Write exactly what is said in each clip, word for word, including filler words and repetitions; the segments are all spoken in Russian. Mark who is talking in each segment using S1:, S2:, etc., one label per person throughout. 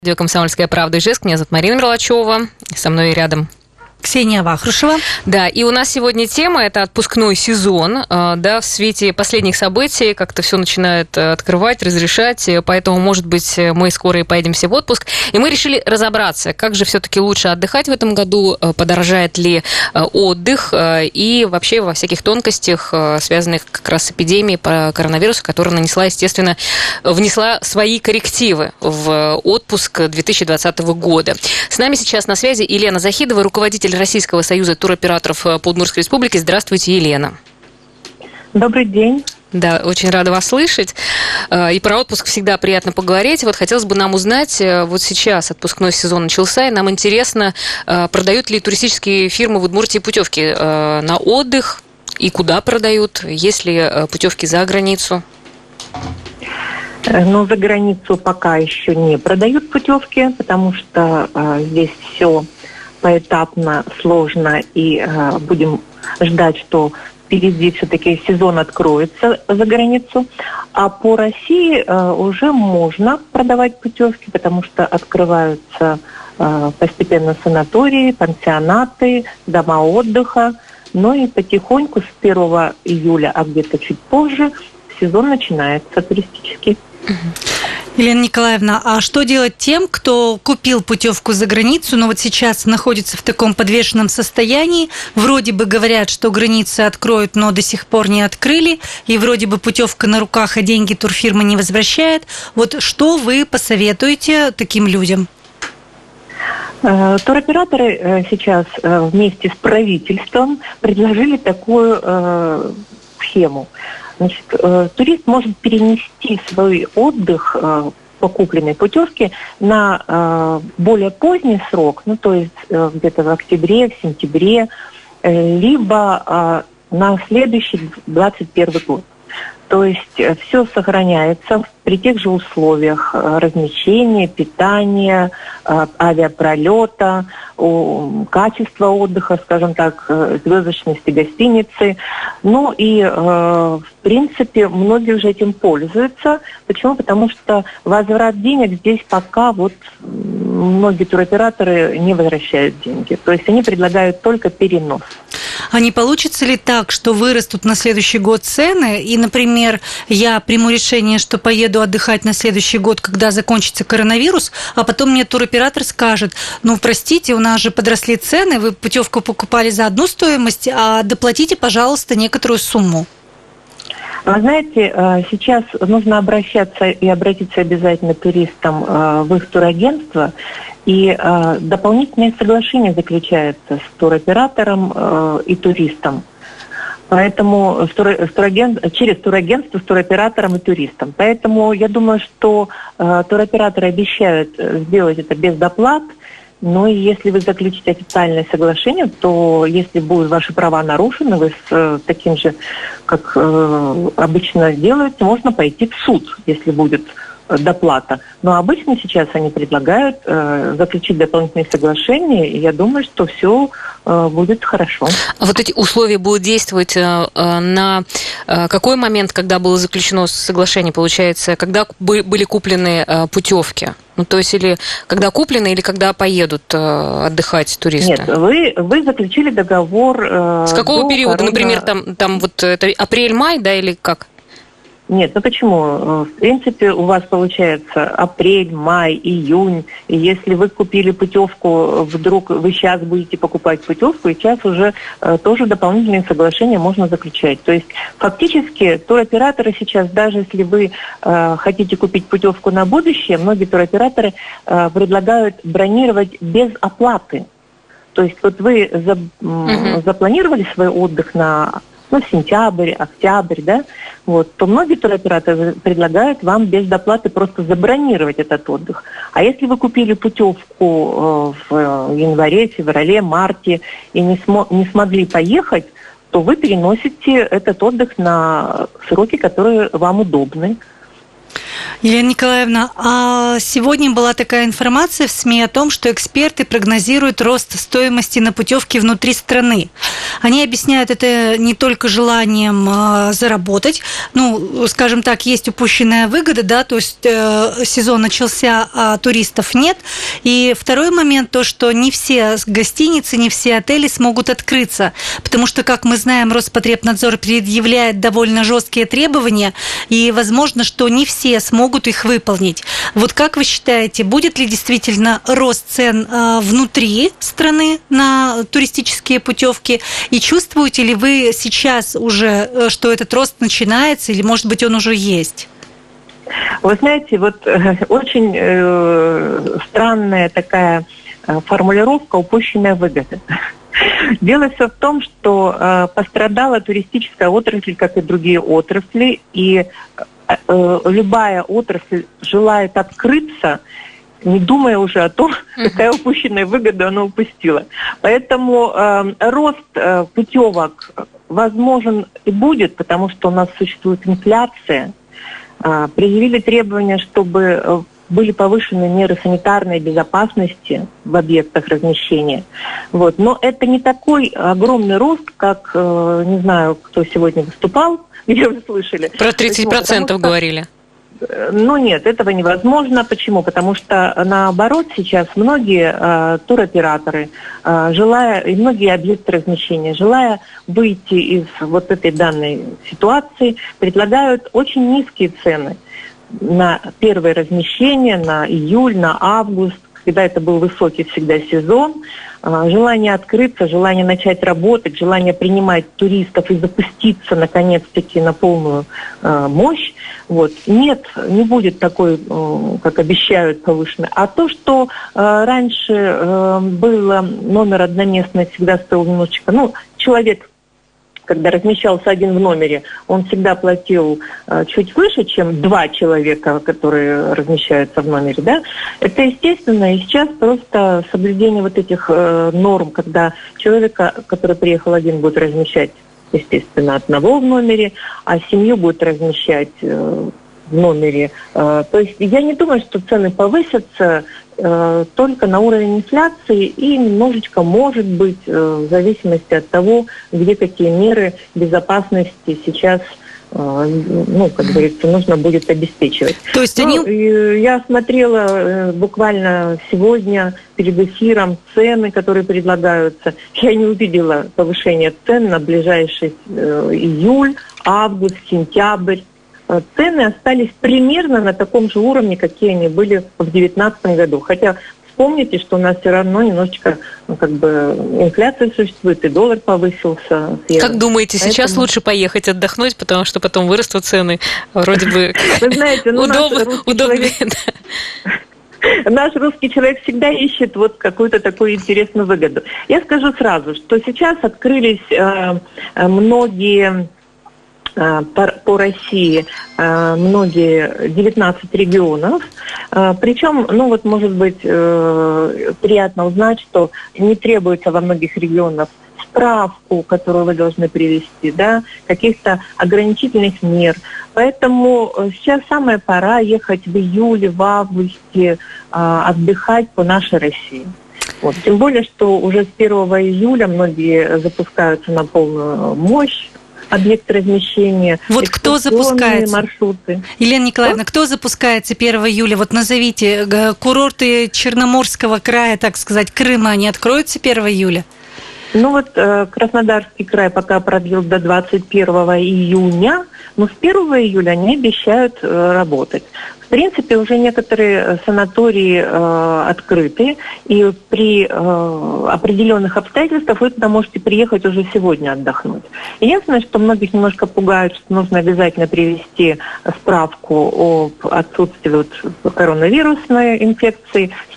S1: Радио «Комсомольская правда» Ижевск. Меня зовут Марина Мерлачева. Со мной рядом
S2: Ксения Вахрушева.
S1: Да, и у нас сегодня тема – это отпускной сезон. Да, в свете последних событий как-то все начинает открывать, разрешать, поэтому, может быть, мы скоро и поедем все в отпуск. И мы решили разобраться, как же все-таки лучше отдыхать в этом году, подорожает ли отдых и вообще во всяких тонкостях, связанных как раз с эпидемией по коронавирусу, которая нанесла, естественно, внесла свои коррективы в отпуск две тысячи двадцатого года. С нами сейчас на связи Елена Захидова, руководитель Российского союза туроператоров по Удмуртской республике. Здравствуйте, Елена.
S3: Добрый день.
S1: Да, очень рада вас слышать. И про отпуск всегда приятно поговорить. Вот хотелось бы нам узнать, вот сейчас отпускной сезон начался, и нам интересно, продают ли туристические фирмы в Удмуртии путевки на отдых, и куда продают, есть ли путевки за границу?
S3: Но за границу пока еще не продают путевки, потому что э, здесь все поэтапно, сложно, и э, будем ждать, что впереди все-таки сезон откроется за границу. А по России э, уже можно продавать путевки, потому что открываются э, постепенно санатории, пансионаты, дома отдыха. Ну и потихоньку с первого июля, а где-то чуть позже, сезон начинается туристический.
S2: Елена Николаевна, а что делать тем, кто купил путевку за границу, но вот сейчас находится в таком подвешенном состоянии? Вроде бы говорят, что границы откроют, но до сих пор не открыли, и вроде бы путевка на руках, а деньги турфирма не возвращает. Вот что вы посоветуете таким людям?
S3: Туроператоры сейчас вместе с правительством предложили такую э, схему. Значит, э, турист может перенести свой отдых э, по купленной путевке на э, более поздний срок, ну то есть э, где-то в октябре, в сентябре, э, либо э, на следующий двадцать первый год. То есть э, все сохраняется при тех же условиях э, размещения, питания, э, авиапролета, э, качества отдыха, скажем так, э, звездочности гостиницы. Ну и, э, в принципе, многие уже этим пользуются. Почему? Потому что возврат денег здесь пока вот многие туроператоры не возвращают деньги. То есть они предлагают только перенос.
S2: А не получится ли так, что вырастут на следующий год цены, и, например, я приму решение, что поеду отдыхать на следующий год, когда закончится коронавирус, а потом мне туроператор скажет: ну, простите, у нас же подросли цены, вы путевку покупали за одну стоимость, а доплатите, пожалуйста, некоторую сумму.
S3: Вы знаете, сейчас нужно обращаться и обратиться обязательно туристам в их турагентство, и дополнительное соглашение заключается с туроператором и туристом. Поэтому с тур, с турагент, через турагентство с туроператором и туристом. Поэтому я думаю, что туроператоры обещают сделать это без доплат. Но если вы заключите официальное соглашение, то если будут ваши права нарушены, вы с э, таким же, как э, обычно делают, можно пойти в суд, если будет э, доплата. Но обычно сейчас они предлагают э, заключить дополнительные соглашения, и я думаю, что все э, будет хорошо.
S1: А вот эти условия будут действовать э, на э, какой момент, когда было заключено соглашение, получается, когда были куплены э, путевки? Ну, то есть, или когда куплены, или когда поедут э, отдыхать туристы?
S3: Нет, вы, вы заключили договор... Э,
S1: С какого периода?
S3: корона...
S1: Например, там, там вот это апрель-май, да, или как?
S3: Нет, ну почему? В принципе, у вас получается апрель, май, июнь. И если вы купили путевку, вдруг вы сейчас будете покупать путевку, и сейчас уже э, тоже дополнительные соглашения можно заключать. То есть фактически туроператоры сейчас, даже если вы э, хотите купить путевку на будущее, многие туроператоры э, предлагают бронировать без оплаты. То есть вот вы за, uh-huh. запланировали свой отдых на... ну, сентябрь, октябрь, да, вот, то многие туроператоры предлагают вам без доплаты просто забронировать этот отдых. А если вы купили путевку э, в январе, феврале, марте и не, смо- не смогли поехать, то вы переносите этот отдых на сроки, которые вам удобны.
S2: Елена Николаевна, а сегодня была такая информация в СМИ о том, что эксперты прогнозируют рост стоимости на путевки внутри страны. Они объясняют это не только желанием э, заработать, ну, скажем так, есть упущенная выгода, да, то есть э, сезон начался, а туристов нет. И второй момент, то, что не все гостиницы, не все отели смогут открыться, потому что, как мы знаем, Роспотребнадзор предъявляет довольно жесткие требования, и возможно, что не все смогут их выполнить. Вот как вы считаете, будет ли действительно рост цен э, внутри страны на туристические путевки? И чувствуете ли вы сейчас уже, что этот рост начинается, или, может быть, он уже есть?
S3: Вы знаете, вот э, очень э, странная такая э, формулировка «упущенная выгода». Дело все в том, что э, пострадала туристическая отрасль, как и другие отрасли, и э, любая отрасль желает открыться, не думая уже о том, какая упущенная выгода она упустила. Поэтому э, рост э, путевок возможен и будет, потому что у нас существует инфляция. Э, предъявили требования, чтобы э, были повышены меры санитарной безопасности в объектах размещения. Вот. Но это не такой огромный рост, как, э, не знаю, кто сегодня выступал, где вы слышали.
S1: Про тридцать процентов
S3: что,
S1: говорили.
S3: Ну нет, этого невозможно. Почему? Потому что наоборот сейчас многие э, туроператоры, э, желая, и многие объекты размещения, желая выйти из вот этой данной ситуации, предлагают очень низкие цены на первое размещение, на июль, на август, когда это был высокий всегда сезон. Желание открыться, желание начать работать, желание принимать туристов и запуститься наконец-таки на полную э, мощь. Вот. Нет, не будет такой, э, как обещают, повышенной. А то, что э, раньше э, было номер одноместный, всегда стоил немножечко, ну, человек, когда размещался один в номере, он всегда платил э, чуть выше, чем два человека, которые размещаются в номере, да? Это естественно, и сейчас просто соблюдение вот этих э, норм, когда человека, который приехал один, будет размещать, естественно, одного в номере, а семью будет размещать э, в номере. Э, то есть я не думаю, что цены повысятся э, только на уровень инфляции и немножечко, может быть, э, в зависимости от того, где какие меры безопасности сейчас, э, ну, как говорится, нужно будет обеспечивать.
S2: То есть
S3: ну,
S2: они...
S3: Я смотрела э, буквально сегодня перед эфиром цены, которые предлагаются. Я не увидела повышения цен на ближайший э, июль, август, сентябрь. Цены остались примерно на таком же уровне, какие они были в две тысячи девятнадцатом году. Хотя вспомните, что у нас все равно немножечко, ну, как бы, инфляция существует, и доллар повысился.
S1: Как думаете, Поэтому... сейчас лучше поехать отдохнуть, потому что потом вырастут цены? Вроде бы удобнее.
S3: Наш русский человек всегда ищет вот какую-то такую интересную выгоду. Я скажу сразу, что сейчас открылись э, многие... По, по России многие девятнадцать регионов. Причем, ну вот, может быть, приятно узнать, что не требуется во многих регионах справку, которую вы должны привести, да, каких-то ограничительных мер. Поэтому сейчас самая пора ехать в июле, в августе, отдыхать по нашей России. Вот. Тем более, что уже с первого июля многие запускаются на полную мощь. Объекты размещения.
S2: Вот кто запускается?
S3: Маршруты.
S2: Елена Николаевна, кто запускается первого июля? Вот назовите, курорты Черноморского края, так сказать, Крыма, они откроются первого июля?
S3: Ну вот э, Краснодарский край пока продлил до двадцать первого июня, но с первого июля они обещают э, работать. В принципе, уже некоторые санатории э, открыты, и при э, определенных обстоятельствах вы туда можете приехать уже сегодня отдохнуть. Единственное, что многих немножко пугает, что нужно обязательно привести справку об отсутствии вот коронавирусной инфекции.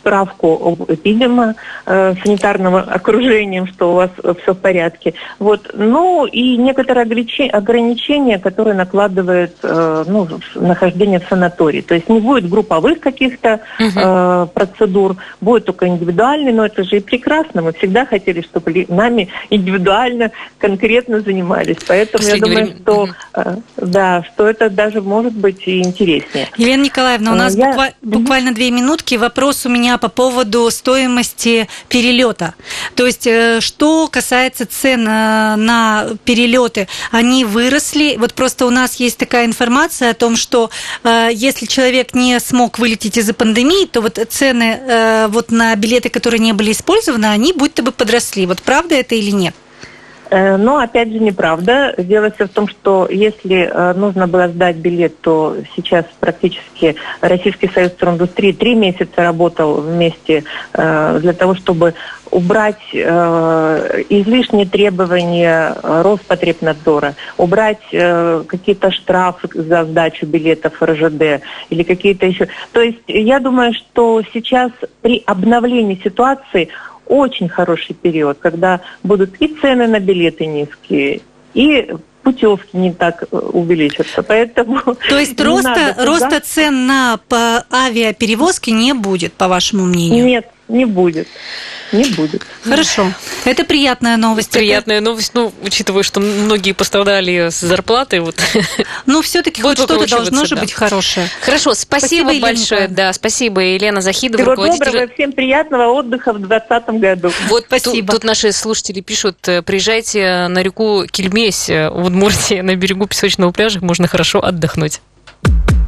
S3: справку об эпидемо-санитарном окружении, что у вас все в порядке. Вот. Ну и некоторые ограничения, которые накладывает ну, нахождение в санатории. То есть не будет групповых каких-то угу. э, процедур, будет только индивидуальный, но это же и прекрасно. Мы всегда хотели, чтобы нами индивидуально, конкретно занимались. Поэтому Последнее я думаю, время. что, угу. э, да, что это даже может быть и интереснее.
S2: Елена Николаевна, у нас
S3: я...
S2: буква... буквально две минутки. Вопрос у меня по поводу стоимости перелета. То есть, э, что касается цен э, на перелеты, они выросли. Вот просто у нас есть такая информация о том, что э, если человек не смог вылететь из-за пандемии, то вот цены э, вот на билеты, которые не были использованы, они будто бы подросли. Вот правда это или нет?
S3: Но, опять же, неправда. Дело все в том, что если э, нужно было сдать билет, то сейчас практически Российский союз туриндустрии три месяца работал вместе э, для того, чтобы убрать э, излишние требования Роспотребнадзора, убрать э, какие-то штрафы за сдачу билетов эр жэ дэ или какие-то еще. То есть я думаю, что сейчас при обновлении ситуации очень хороший период, когда будут и цены на билеты низкие, и путевки не так увеличатся. Поэтому
S2: То есть роста, роста цен на авиаперевозки не будет, по вашему мнению?
S3: Нет, не будет. Не будет.
S2: Хорошо. Это приятная новость.
S1: Приятная это... новость, ну, учитывая, что многие пострадали с зарплатой. Вот.
S2: Ну, все-таки хоть что-то должно же да. быть хорошее.
S1: Хорошо, спасибо, спасибо большое. Да, спасибо, Елена Захидова,
S3: Всего
S1: руководитель...
S3: доброго, всем приятного отдыха в двадцатом году.
S1: Вот спасибо. Тут, тут наши слушатели пишут, приезжайте на реку Кельмесь в Удмуртии, на берегу песочного пляжа, можно хорошо отдохнуть.